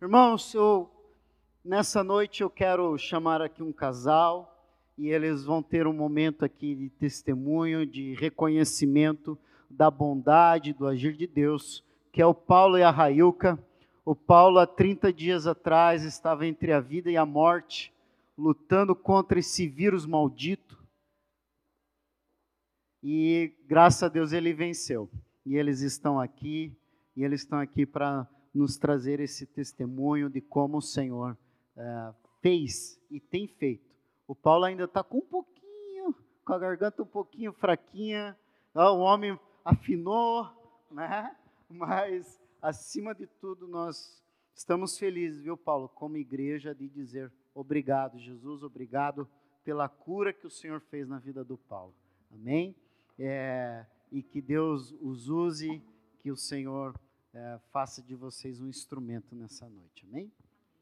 Irmãos, nessa noite eu quero chamar aqui um casal e eles vão ter um momento aqui de testemunho, de reconhecimento da bondade, do agir de Deus, que é o Paulo e a Railca. O Paulo, há 30 dias atrás, estava entre a vida e a morte, lutando contra esse vírus maldito. E, graças a Deus, ele venceu. E eles estão aqui para nos trazer esse testemunho de como o Senhor fez e tem feito. O Paulo ainda está com a garganta um pouquinho fraquinha, o homem afinou, né? Mas, acima de tudo, nós estamos felizes, viu, Paulo, como igreja, de dizer obrigado, Jesus, obrigado pela cura que o Senhor fez na vida do Paulo. Amém? E que Deus os use, que o Senhor faça de vocês um instrumento nessa noite, amém?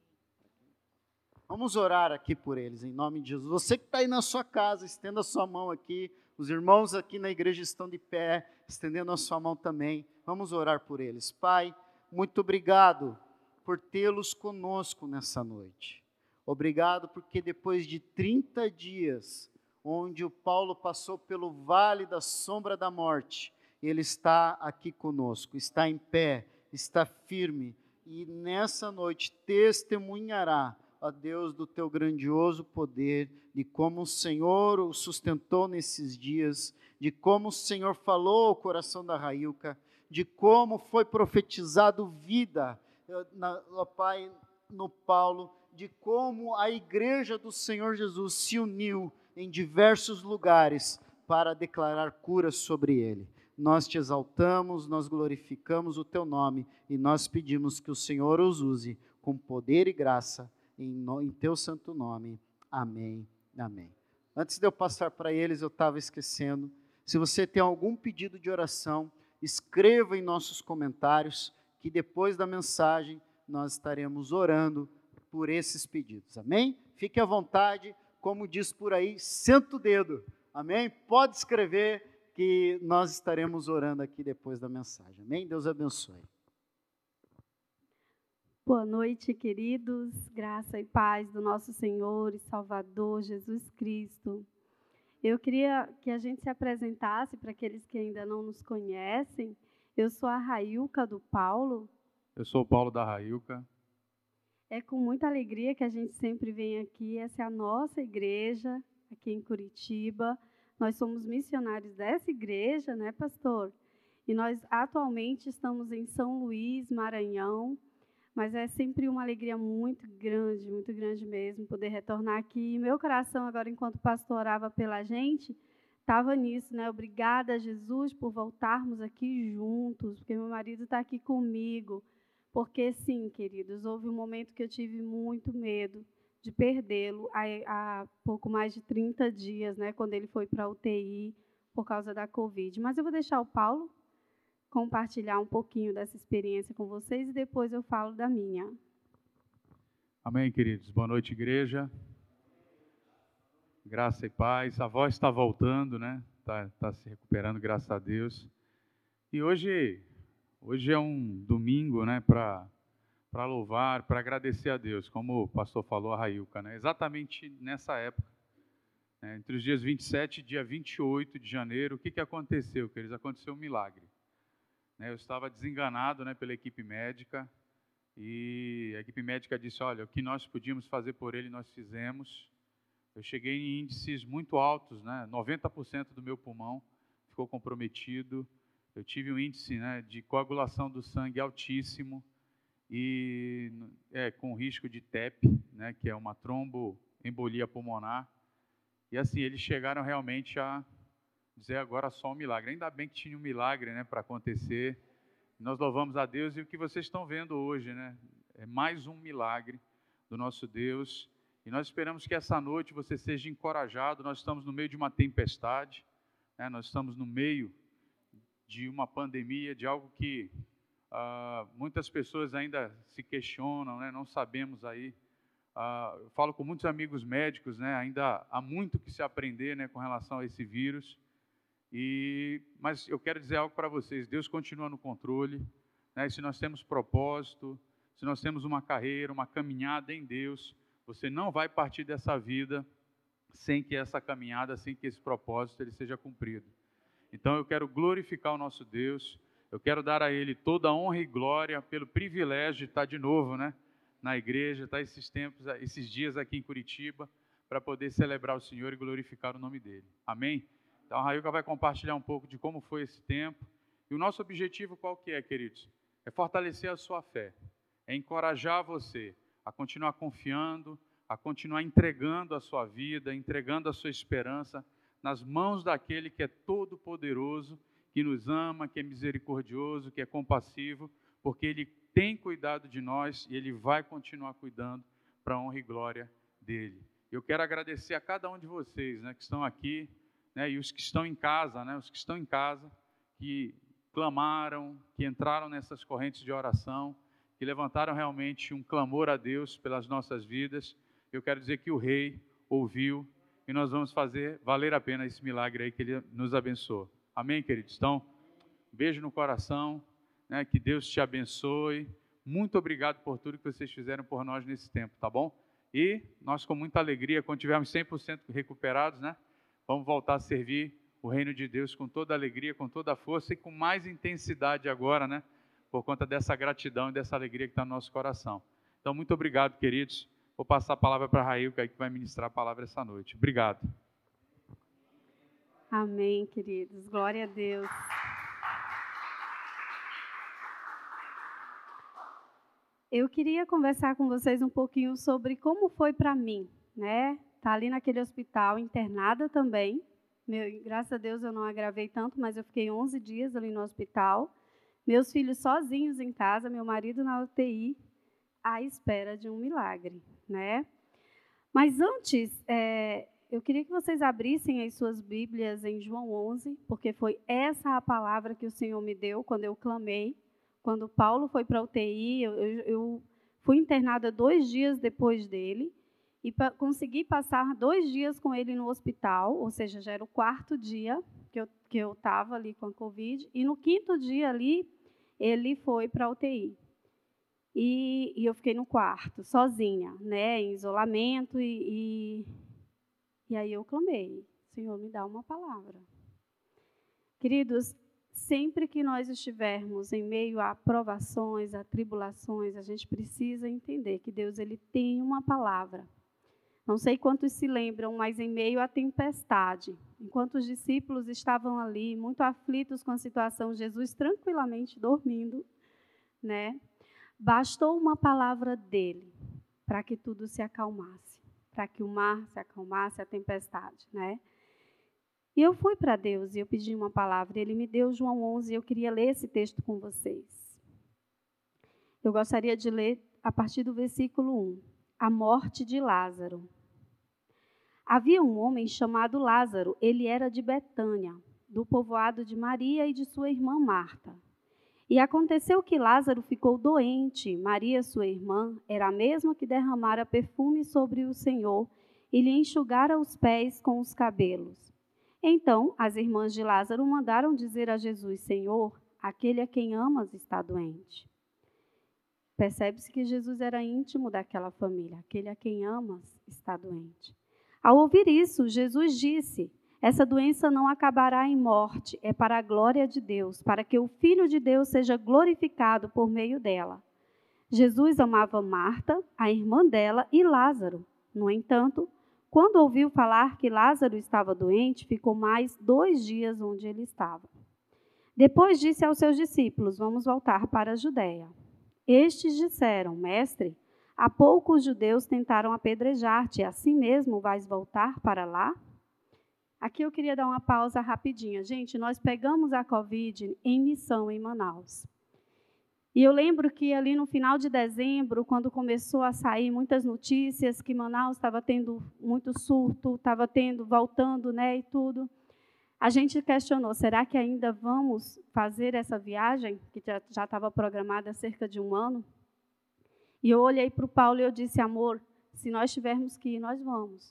Vamos orar aqui por eles, em nome de Jesus. Você que está aí na sua casa, estenda a sua mão aqui, os irmãos aqui na igreja estão de pé, estendendo a sua mão também, vamos orar por eles. Pai, muito obrigado por tê-los conosco nessa noite, obrigado porque depois de 30 dias, onde o Paulo passou pelo vale da sombra da morte, ele está aqui conosco, está em pé, está firme, e nessa noite testemunhará, ó Deus, do teu grandioso poder, de como o Senhor o sustentou nesses dias, de como o Senhor falou ao coração da Railca, de como foi profetizado vida, ó Pai, no Paulo, de como a igreja do Senhor Jesus se uniu em diversos lugares para declarar cura sobre ele. Nós te exaltamos, nós glorificamos o teu nome e nós pedimos que o Senhor os use com poder e graça em teu santo nome. Amém, amém. Antes de eu passar para eles, eu estava esquecendo, se você tem algum pedido de oração, escreva em nossos comentários, que depois da mensagem nós estaremos orando por esses pedidos, amém? Fique à vontade, como diz por aí, senta o dedo, amém? Pode escrever que nós estaremos orando aqui depois da mensagem, amém? Deus abençoe. Boa noite, queridos, graça e paz do nosso Senhor e Salvador Jesus Cristo. Eu queria que a gente se apresentasse para aqueles que ainda não nos conhecem. Eu sou a Railca do Paulo. Eu sou o Paulo da Railca. É com muita alegria que a gente sempre vem aqui. Essa é a nossa igreja, aqui em Curitiba. Nós somos missionários dessa igreja, né, pastor? E nós atualmente estamos em São Luís, Maranhão. Mas é sempre uma alegria muito grande mesmo, poder retornar aqui. E meu coração, agora, enquanto o pastor orava pela gente, estava nisso, né? Obrigada, Jesus, por voltarmos aqui juntos, porque meu marido está aqui comigo. Porque, sim, queridos, houve um momento que eu tive muito medo de perdê-lo há pouco mais de 30 dias, né? Quando ele foi para a UTI por causa da Covid. Mas eu vou deixar o Paulo compartilhar um pouquinho dessa experiência com vocês e depois eu falo da minha. Amém, queridos. Boa noite, igreja. Graça e paz. A voz está voltando, né? Tá se recuperando, graças a Deus. E hoje é um domingo, né? Para louvar, para agradecer a Deus, como o pastor falou, a Railca, né? Exatamente nessa época, né? Entre os dias 27 e dia 28 de janeiro, o que aconteceu, queridos? Aconteceu um milagre. Eu estava desenganado, né, pela equipe médica, e a equipe médica disse, olha, o que nós podíamos fazer por ele, nós fizemos. Eu cheguei em índices muito altos, né, 90% do meu pulmão ficou comprometido, eu tive um índice, né, de coagulação do sangue altíssimo, e com risco de TEP, né, que é uma tromboembolia pulmonar, e assim, eles chegaram realmente a dizer agora só um milagre. Ainda bem que tinha um milagre, né, para acontecer. Nós louvamos a Deus e o que vocês estão vendo hoje, né, é mais um milagre do nosso Deus. E nós esperamos que essa noite você seja encorajado. Nós estamos no meio de uma tempestade, né, nós estamos no meio de uma pandemia, de algo que muitas pessoas ainda se questionam, né, não sabemos aí. Eu falo com muitos amigos médicos, né, ainda há muito que se aprender, né, com relação a esse vírus. Mas eu quero dizer algo para vocês, Deus continua no controle, né? Se nós temos propósito, se nós temos uma carreira, uma caminhada em Deus, você não vai partir dessa vida sem que essa caminhada, sem que esse propósito ele seja cumprido. Então eu quero glorificar o nosso Deus, eu quero dar a Ele toda a honra e glória pelo privilégio de estar de novo, né, na igreja, estar esses dias aqui em Curitiba, para poder celebrar o Senhor e glorificar o nome dEle. Amém? Então a Railka vai compartilhar um pouco de como foi esse tempo. E o nosso objetivo qual que é, queridos? É fortalecer a sua fé, é encorajar você a continuar confiando, a continuar entregando a sua vida, entregando a sua esperança nas mãos daquele que é todo-poderoso, que nos ama, que é misericordioso, que é compassivo, porque Ele tem cuidado de nós e Ele vai continuar cuidando para a honra e glória dEle. Eu quero agradecer a cada um de vocês, né, que estão aqui, né, e os que estão em casa, né, os que estão em casa, que clamaram, que entraram nessas correntes de oração, que levantaram realmente um clamor a Deus pelas nossas vidas. Eu quero dizer que o Rei ouviu e nós vamos fazer valer a pena esse milagre aí que Ele nos abençoa. Amém, queridos? Então, beijo no coração, né, que Deus te abençoe. Muito obrigado por tudo que vocês fizeram por nós nesse tempo, tá bom? E nós, com muita alegria, quando tivermos 100% recuperados, né, vamos voltar a servir o reino de Deus com toda alegria, com toda a força e com mais intensidade agora, né, por conta dessa gratidão e dessa alegria que está no nosso coração. Então, muito obrigado, queridos. Vou passar a palavra para a Railka, que vai ministrar a palavra essa noite. Obrigado. Amém, queridos. Glória a Deus. Eu queria conversar com vocês um pouquinho sobre como foi para mim, né? Tá ali naquele hospital, internada também. Graças a Deus eu não agravei tanto, mas eu fiquei 11 dias ali no hospital. Meus filhos sozinhos em casa, meu marido na UTI, à espera de um milagre, né? Mas antes, eu queria que vocês abrissem as suas Bíblias em João 11, porque foi essa a palavra que o Senhor me deu quando eu clamei. Quando Paulo foi para a UTI, eu fui internada 2 dias depois dele e consegui passar 2 dias com ele no hospital, ou seja, já era o 4º dia que eu estava ali com a Covid, e no 5º dia ali, ele foi para a UTI. E eu fiquei no quarto, sozinha, né, em isolamento, e aí eu clamei, Senhor, me dá uma palavra. Queridos, sempre que nós estivermos em meio a provações, a tribulações, a gente precisa entender que Deus ele tem uma palavra. Não sei quantos se lembram, mas em meio à tempestade, enquanto os discípulos estavam ali, muito aflitos com a situação, Jesus tranquilamente dormindo, né? Bastou uma palavra dele para que tudo se acalmasse, para que o mar se acalmasse, a tempestade, né? E eu fui para Deus e eu pedi uma palavra. Ele me deu João 11 e eu queria ler esse texto com vocês. Eu gostaria de ler a partir do versículo 1. A morte de Lázaro. Havia um homem chamado Lázaro. Ele era de Betânia, do povoado de Maria e de sua irmã Marta. E aconteceu que Lázaro ficou doente. Maria, sua irmã, era a mesma que derramara perfume sobre o Senhor e lhe enxugara os pés com os cabelos. Então, as irmãs de Lázaro mandaram dizer a Jesus, Senhor, aquele a quem amas está doente. Percebe-se que Jesus era íntimo daquela família. Aquele a quem amas está doente. Ao ouvir isso, Jesus disse, essa doença não acabará em morte, é para a glória de Deus, para que o Filho de Deus seja glorificado por meio dela. Jesus amava Marta, a irmã dela, e Lázaro. No entanto, quando ouviu falar que Lázaro estava doente, ficou mais 2 dias onde ele estava. Depois disse aos seus discípulos, vamos voltar para a Judeia. Estes disseram, mestre, há pouco os judeus tentaram apedrejar-te, assim mesmo vais voltar para lá? Aqui eu queria dar uma pausa rapidinha. Gente, nós pegamos a Covid em missão em Manaus. E eu lembro que ali no final de dezembro, quando começou a sair muitas notícias que Manaus estava tendo muito surto, estava voltando, né, e tudo, a gente questionou, será que ainda vamos fazer essa viagem, que já estava programada há cerca de 1 ano? E eu olhei para o Paulo e eu disse, amor, se nós tivermos que ir, nós vamos.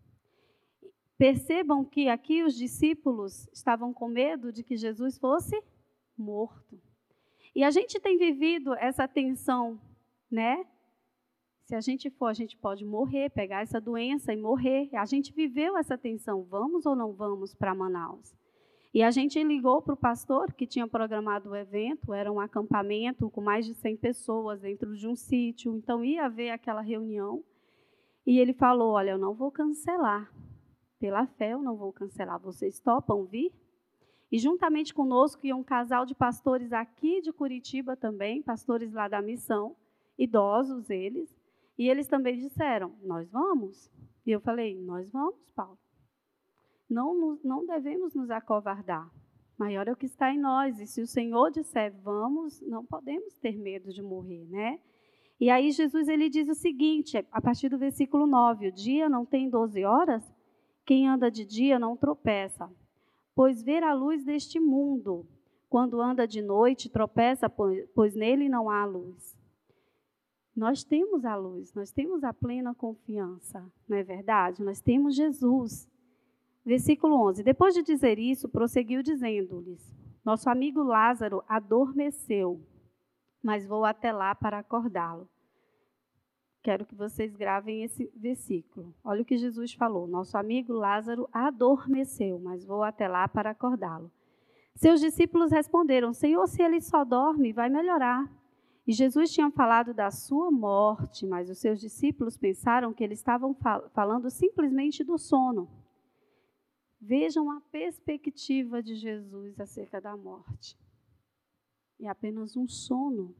Percebam que aqui os discípulos estavam com medo de que Jesus fosse morto. E a gente tem vivido essa tensão né? Se a gente for, a gente pode morrer, pegar essa doença e morrer. A gente viveu essa tensão, vamos ou não vamos para Manaus? E a gente ligou para o pastor que tinha programado o evento, era um acampamento com mais de 100 pessoas dentro de um sítio, então ia haver aquela reunião. E ele falou, olha, eu não vou cancelar, pela fé eu não vou cancelar, vocês topam vir? E juntamente conosco ia um casal de pastores aqui de Curitiba também, pastores lá da missão, idosos eles, e eles também disseram, nós vamos? E eu falei, nós vamos, Paulo. Não devemos nos acovardar. Maior é o que está em nós. E se o Senhor disser, vamos, não podemos ter medo de morrer, né? E aí Jesus ele diz o seguinte, a partir do versículo 9, o dia não tem 12 horas? Quem anda de dia não tropeça, pois ver a luz deste mundo. Quando anda de noite, tropeça, pois nele não há luz. Nós temos a luz, nós temos a plena confiança, não é verdade? Nós temos Jesus. Versículo 11. Depois de dizer isso, prosseguiu dizendo-lhes, nosso amigo Lázaro adormeceu, mas vou até lá para acordá-lo. Quero que vocês gravem esse versículo. Olha o que Jesus falou. Nosso amigo Lázaro adormeceu, mas vou até lá para acordá-lo. Seus discípulos responderam, Senhor, se ele só dorme, vai melhorar. E Jesus tinha falado da sua morte, mas os seus discípulos pensaram que eles estavam falando simplesmente do sono. Vejam a perspectiva de Jesus acerca da morte. É apenas um sono.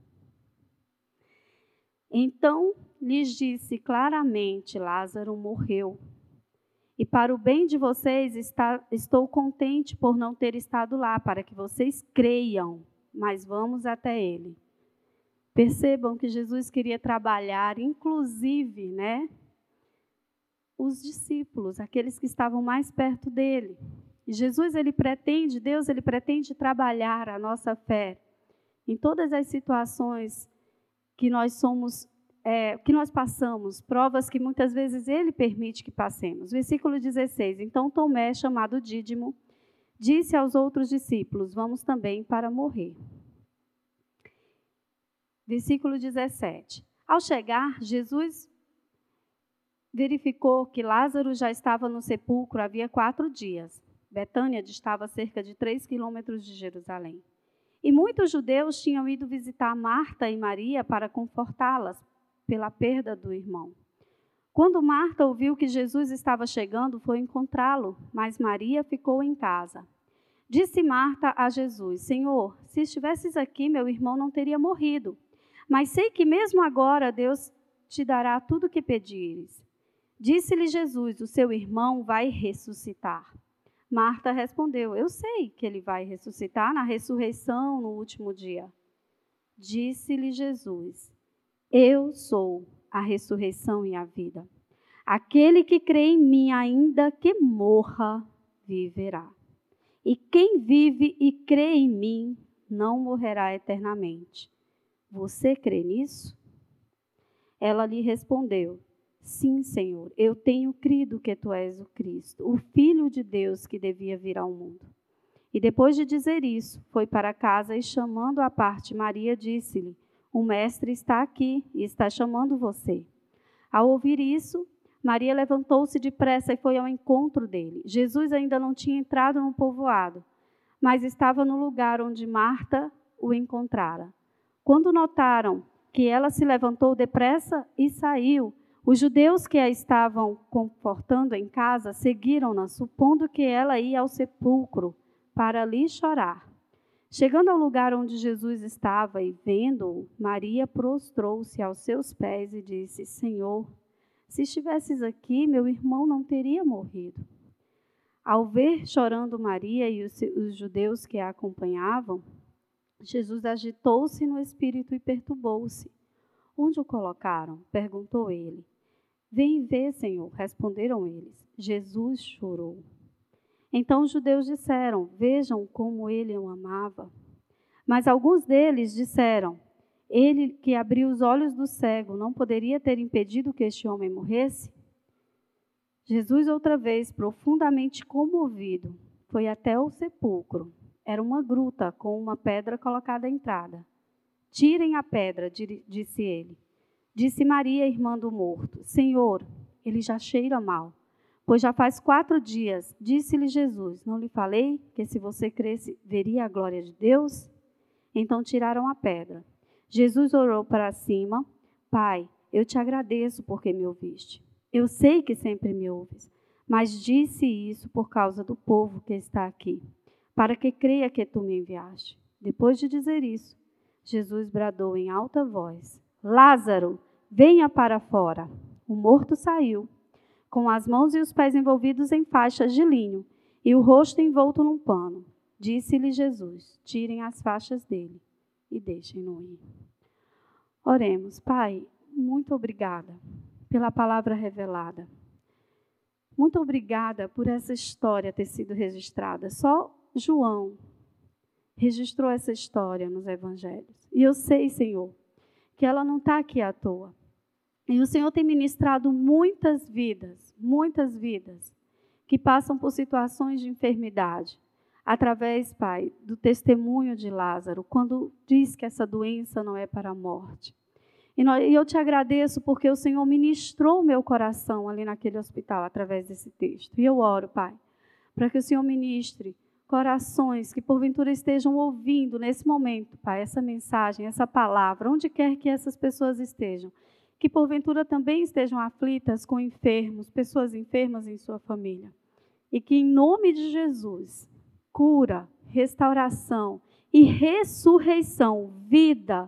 Então lhes disse claramente, Lázaro morreu. E para o bem de vocês, estou contente por não ter estado lá, para que vocês creiam, mas vamos até ele. Percebam que Jesus queria trabalhar, inclusive, né, os discípulos, aqueles que estavam mais perto dele. E Jesus, Deus, ele pretende trabalhar a nossa fé em todas as situações que nós passamos, provas que muitas vezes ele permite que passemos. Versículo 16. Então Tomé, chamado Dídimo, disse aos outros discípulos, vamos também para morrer. Versículo 17. Ao chegar, Jesus verificou que Lázaro já estava no sepulcro havia 4 dias. Betânia distava cerca de 3 quilômetros de Jerusalém. E muitos judeus tinham ido visitar Marta e Maria para confortá-las pela perda do irmão. Quando Marta ouviu que Jesus estava chegando, foi encontrá-lo, mas Maria ficou em casa. Disse Marta a Jesus, Senhor, se estivesses aqui, meu irmão não teria morrido. Mas sei que mesmo agora Deus te dará tudo o que pedires. Disse-lhe Jesus, o seu irmão vai ressuscitar. Marta respondeu, eu sei que ele vai ressuscitar na ressurreição no último dia. Disse-lhe Jesus, eu sou a ressurreição e a vida. Aquele que crê em mim, ainda que morra, viverá. E quem vive e crê em mim, não morrerá eternamente. Você crê nisso? Ela lhe respondeu, sim, Senhor, eu tenho crido que tu és o Cristo, o Filho de Deus que devia vir ao mundo. E depois de dizer isso, foi para casa e chamando à parte Maria, disse-lhe, o mestre está aqui e está chamando você. Ao ouvir isso, Maria levantou-se depressa e foi ao encontro dele. Jesus ainda não tinha entrado no povoado, mas estava no lugar onde Marta o encontrara. Quando notaram que ela se levantou depressa e saiu, os judeus que a estavam confortando em casa seguiram-na, supondo que ela ia ao sepulcro para ali chorar. Chegando ao lugar onde Jesus estava e vendo-o, Maria prostrou-se aos seus pés e disse, Senhor, se estivesses aqui, meu irmão não teria morrido. Ao ver chorando Maria e os judeus que a acompanhavam, Jesus agitou-se no espírito e perturbou-se. Onde o colocaram? Perguntou ele. Vem ver, Senhor, responderam eles. Jesus chorou. Então os judeus disseram, vejam como ele o amava. Mas alguns deles disseram, ele que abriu os olhos do cego, não poderia ter impedido que este homem morresse? Jesus, outra vez, profundamente comovido, foi até o sepulcro. Era uma gruta com uma pedra colocada à entrada. Tirem a pedra, disse ele. Disse Maria, irmã do morto: Senhor, ele já cheira mal, pois já faz 4 dias. Disse-lhe Jesus: Não lhe falei que se você cresce, veria a glória de Deus? Então tiraram a pedra. Jesus orou para cima: Pai, eu te agradeço porque me ouviste. Eu sei que sempre me ouves, mas disse isso por causa do povo que está aqui, para que creia que tu me enviaste. Depois de dizer isso, Jesus bradou em alta voz: Lázaro, venha para fora. O morto saiu, com as mãos e os pés envolvidos em faixas de linho e o rosto envolto num pano. Disse-lhe Jesus: Tirem as faixas dele e deixem-no ir. Oremos. Pai, muito obrigada pela palavra revelada. Muito obrigada por essa história ter sido registrada. Só João registrou essa história nos evangelhos. E eu sei, Senhor, que ela não está aqui à toa. E o Senhor tem ministrado muitas vidas que passam por situações de enfermidade, através, Pai, do testemunho de Lázaro, quando diz que essa doença não é para a morte. E eu te agradeço porque o Senhor ministrou o meu coração ali naquele hospital, através desse texto. E eu oro, Pai, para que o Senhor ministre corações que porventura estejam ouvindo nesse momento, Pai, essa mensagem, essa palavra, onde quer que essas pessoas estejam, que porventura também estejam aflitas com enfermos, pessoas enfermas em sua família. E que em nome de Jesus, cura, restauração e ressurreição, vida,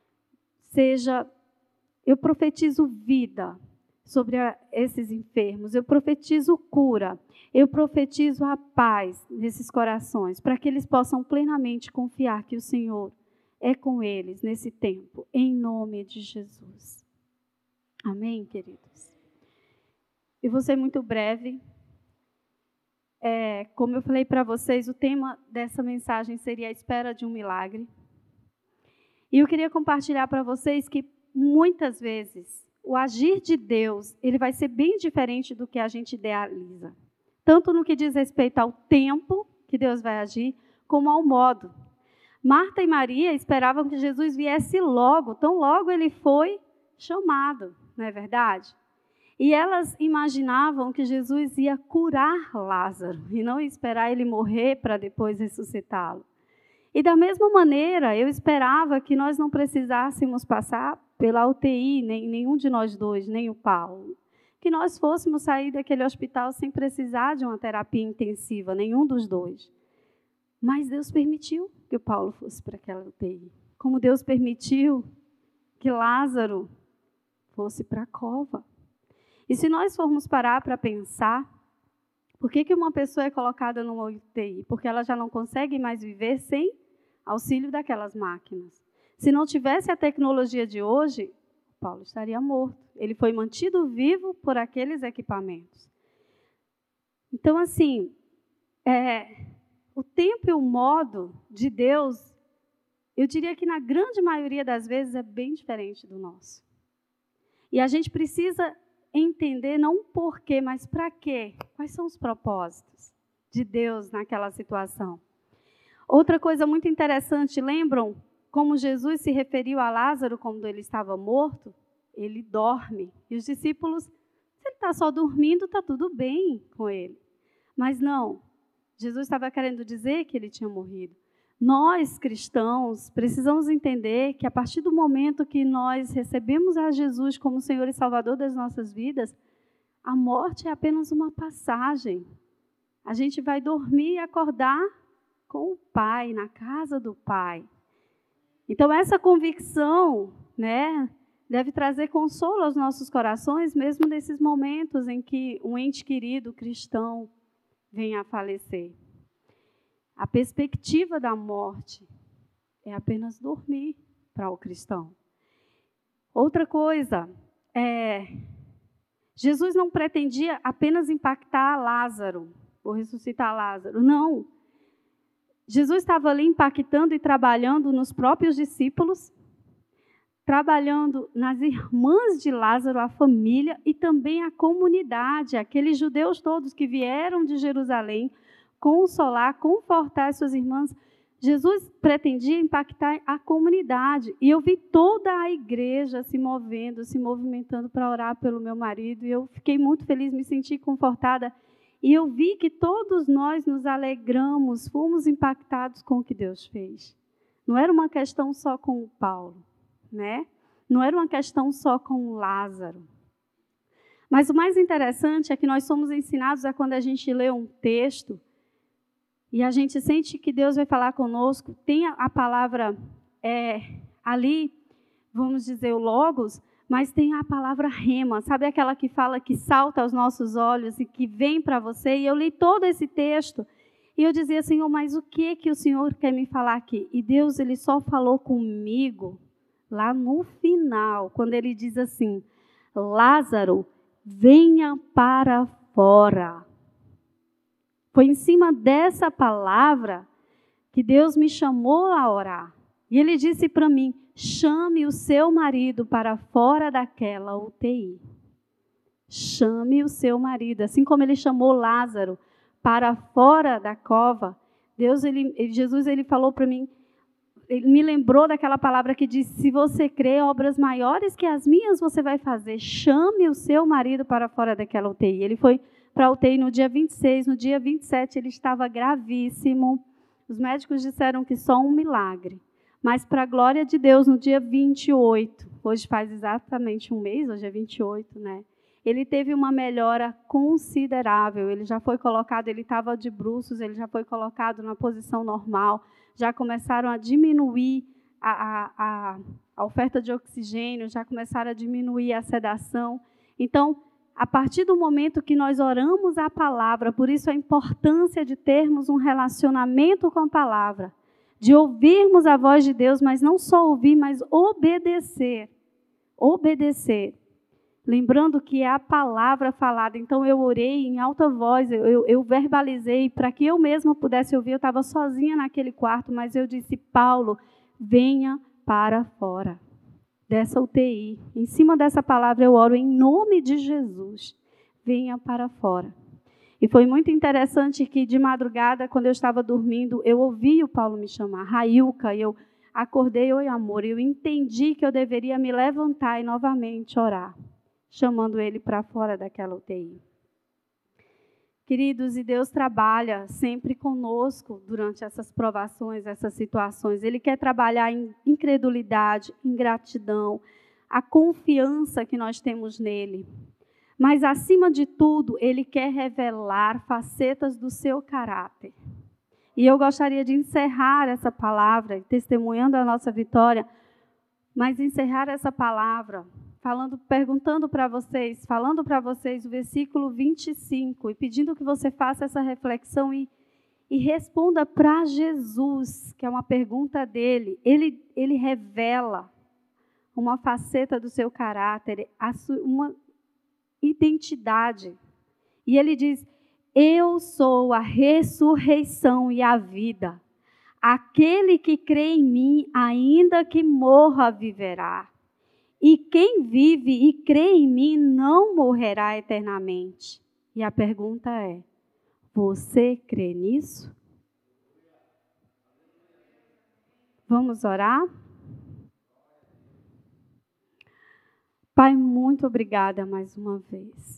seja, eu profetizo vida sobre esses enfermos, eu profetizo cura, eu profetizo a paz nesses corações, para que eles possam plenamente confiar que o Senhor é com eles nesse tempo, em nome de Jesus. Amém, queridos? Eu vou ser muito breve. Como eu falei para vocês, o tema dessa mensagem seria a espera de um milagre. E eu queria compartilhar para vocês que muitas vezes o agir de Deus, ele vai ser bem diferente do que a gente idealiza. Tanto no que diz respeito ao tempo que Deus vai agir, como ao modo. Marta e Maria esperavam que Jesus viesse logo, tão logo ele foi chamado, não é verdade? E elas imaginavam que Jesus ia curar Lázaro e não esperar ele morrer para depois ressuscitá-lo. E da mesma maneira, eu esperava que nós não precisássemos passar pela UTI, nenhum de nós dois, nem o Paulo. Que nós fôssemos sair daquele hospital sem precisar de uma terapia intensiva, nenhum dos dois. Mas Deus permitiu que o Paulo fosse para aquela UTI. Como Deus permitiu que Lázaro fosse para a cova. E se nós formos parar para pensar, por que uma pessoa é colocada numa UTI? Porque ela já não consegue mais viver sem auxílio daquelas máquinas. Se não tivesse a tecnologia de hoje, Paulo estaria morto. Ele foi mantido vivo por aqueles equipamentos. Então, assim, o tempo e o modo de Deus, eu diria que na grande maioria das vezes é bem diferente do nosso. E a gente precisa entender não o porquê, mas para quê. Quais são os propósitos de Deus naquela situação? Outra coisa muito interessante, lembram como Jesus se referiu a Lázaro quando ele estava morto? Ele dorme. E os discípulos, se ele está só dormindo, está tudo bem com ele. Mas não, Jesus estava querendo dizer que ele tinha morrido. Nós, cristãos, precisamos entender que a partir do momento que nós recebemos a Jesus como Senhor e Salvador das nossas vidas, a morte é apenas uma passagem. A gente vai dormir e acordar com o Pai, na casa do Pai. Então, essa convicção, deve trazer consolo aos nossos corações, mesmo nesses momentos em que um ente querido cristão venha a falecer. A perspectiva da morte é apenas dormir para o cristão. Outra coisa, Jesus não pretendia apenas impactar Lázaro, ou ressuscitar Lázaro. Não. Jesus estava ali impactando e trabalhando nos próprios discípulos, trabalhando nas irmãs de Lázaro, a família, e também a comunidade, aqueles judeus todos que vieram de Jerusalém, consolar, confortar as suas irmãs. Jesus pretendia impactar a comunidade. E eu vi toda a igreja se movendo, se movimentando para orar pelo meu marido. E eu fiquei muito feliz, me senti confortada. E eu vi que todos nós nos alegramos, fomos impactados com o que Deus fez. Não era uma questão só com o Paulo, né? Não era uma questão só com o Lázaro. Mas o mais interessante é que nós somos ensinados a quando a gente lê um texto e a gente sente que Deus vai falar conosco, tem a palavra ali, vamos dizer, o logos, mas tem a palavra rema, sabe aquela que fala que salta aos nossos olhos e que vem para você? E eu li todo esse texto e eu dizia, Senhor, mas o que o Senhor quer me falar aqui? E Deus, Ele só falou comigo lá no final, quando Ele diz assim, Lázaro, venha para fora. Foi em cima dessa palavra que Deus me chamou a orar. E Ele disse para mim, chame o seu marido para fora daquela UTI. Chame o seu marido. Assim como Ele chamou Lázaro para fora da cova, Jesus ele falou para mim, Ele me lembrou daquela palavra que diz, se você crê, obras maiores que as minhas você vai fazer. Chame o seu marido para fora daquela UTI. Ele foi para a UTI no dia 26, no dia 27 ele estava gravíssimo. Os médicos disseram que só um milagre. Mas, para a glória de Deus, no dia 28, hoje faz exatamente um mês, hoje é 28, né? Ele teve uma melhora considerável. Ele já foi colocado, ele estava de bruços, ele já foi colocado na posição normal. Já começaram a diminuir a oferta de oxigênio, já começaram a diminuir a sedação. Então, a partir do momento que nós oramos a palavra, por isso a importância de termos um relacionamento com a palavra, de ouvirmos a voz de Deus, mas não só ouvir, mas obedecer. Obedecer. Lembrando que é a palavra falada. Então, eu orei em alta voz, eu verbalizei para que eu mesma pudesse ouvir. Eu estava sozinha naquele quarto, mas eu disse, Paulo, venha para fora dessa UTI. Em cima dessa palavra eu oro em nome de Jesus. Venha para fora. E foi muito interessante que de madrugada, quando eu estava dormindo, eu ouvi o Paulo me chamar, Railca, e eu acordei, oi amor, eu entendi que eu deveria me levantar e novamente orar, chamando ele para fora daquela UTI. Queridos, e Deus trabalha sempre conosco durante essas provações, essas situações. Ele quer trabalhar em incredulidade, ingratidão, a confiança que nós temos nele. Mas, acima de tudo, Ele quer revelar facetas do seu caráter. E eu gostaria de encerrar essa palavra, testemunhando a nossa vitória, mas encerrar essa palavra falando para vocês o versículo 25 e pedindo que você faça essa reflexão e responda para Jesus, que é uma pergunta dele. Ele revela uma faceta do seu caráter, uma identidade. E ele diz, eu sou a ressurreição e a vida. Aquele que crê em mim, ainda que morra, viverá. E quem vive e crê em mim não morrerá eternamente. E a pergunta é, você crê nisso? Vamos orar? Pai, muito obrigada mais uma vez.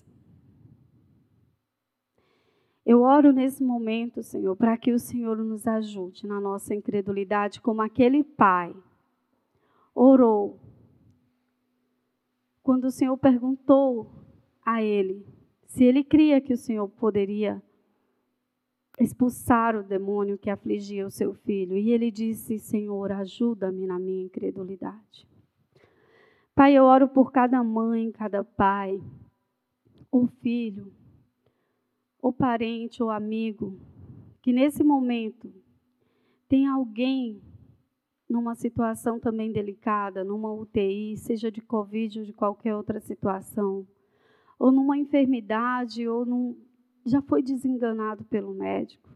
Eu oro nesse momento, Senhor, para que o Senhor nos ajude na nossa incredulidade, como aquele pai orou. Quando o Senhor perguntou a ele se ele cria que o Senhor poderia expulsar o demônio que afligia o seu filho. E ele disse, Senhor, ajuda-me na minha incredulidade. Pai, eu oro por cada mãe, cada pai, ou filho, ou parente, ou amigo, que nesse momento tem alguém numa situação também delicada, numa UTI, seja de Covid ou de qualquer outra situação, ou numa enfermidade, ou já foi desenganado pelo médico.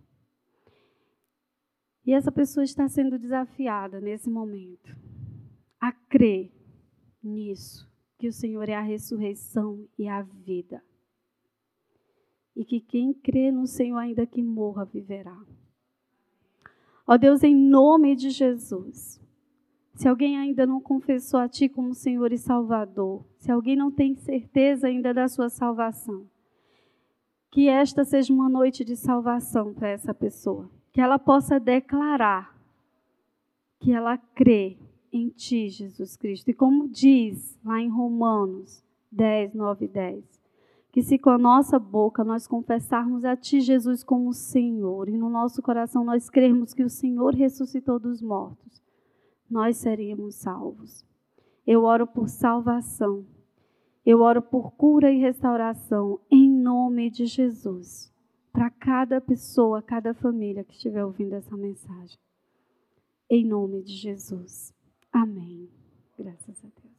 E essa pessoa está sendo desafiada nesse momento a crer nisso, que o Senhor é a ressurreição e a vida. E que quem crê no Senhor, ainda que morra, viverá. Ó Deus, em nome de Jesus, se alguém ainda não confessou a Ti como Senhor e Salvador, se alguém não tem certeza ainda da sua salvação, que esta seja uma noite de salvação para essa pessoa, que ela possa declarar que ela crê em Ti, Jesus Cristo. E como diz lá em Romanos 10, 9 e 10, que se com a nossa boca nós confessarmos a Ti, Jesus, como Senhor, e no nosso coração nós crermos que o Senhor ressuscitou dos mortos, nós seremos salvos. Eu oro por salvação. Eu oro por cura e restauração em nome de Jesus, para cada pessoa, cada família que estiver ouvindo essa mensagem. Em nome de Jesus. Amém. Graças a Deus.